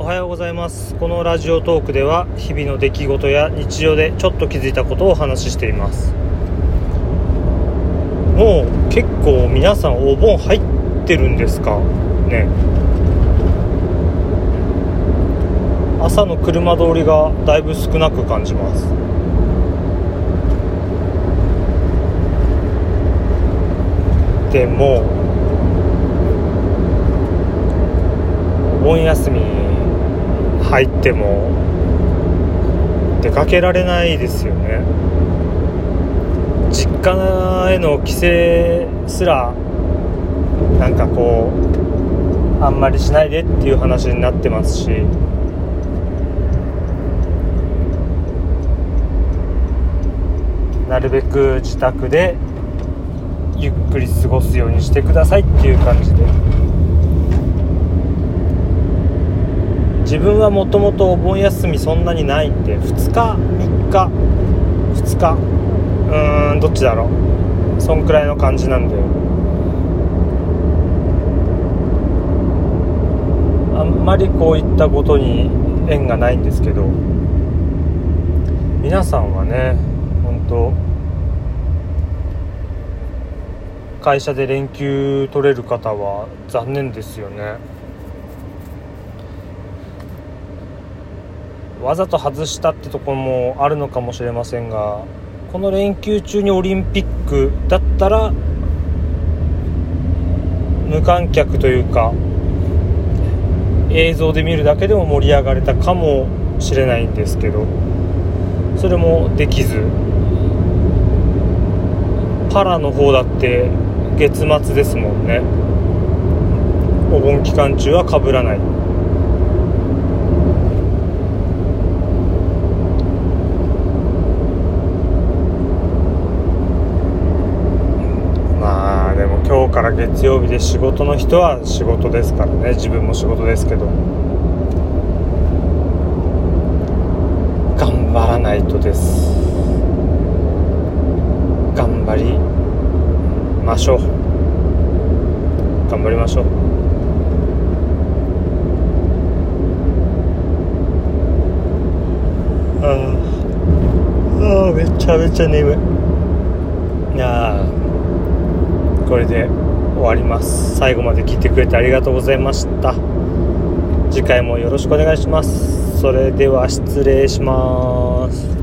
おはようございます。このラジオトークでは日々の出来事や日常でちょっと気づいたことをお話ししています。もう結構皆さんお盆入ってるんですかね。朝の車通りがだいぶ少なく感じます。でもお盆休み入っても出かけられないですよね。実家への帰省すらなんかこうあんまりしないでっていう話になってますし、なるべく自宅でゆっくり過ごすようにしてくださいっていう感じで、自分はもともとお盆休みそんなにないんで2日3日2日どっちだろう、そんくらいの感じなんであんまりこういったことに縁がないんですけど、皆さんはね本当会社で連休取れる方は残念ですよね。わざと外したってところもあるのかもしれませんが、この連休中にオリンピックだったら無観客というか映像で見るだけでも盛り上がれたかもしれないんですけど、それもできず、パラの方だって月末ですもんね。お盆期間中は被らない。まあでも今日から月曜日で仕事の人は仕事ですからね。自分も仕事ですけど頑張らないとです。頑張りましょう。頑張りましょう。めちゃめちゃ眠い。これで終わります。最後まで聞いてくれてありがとうございました。次回もよろしくお願いします。それでは失礼します。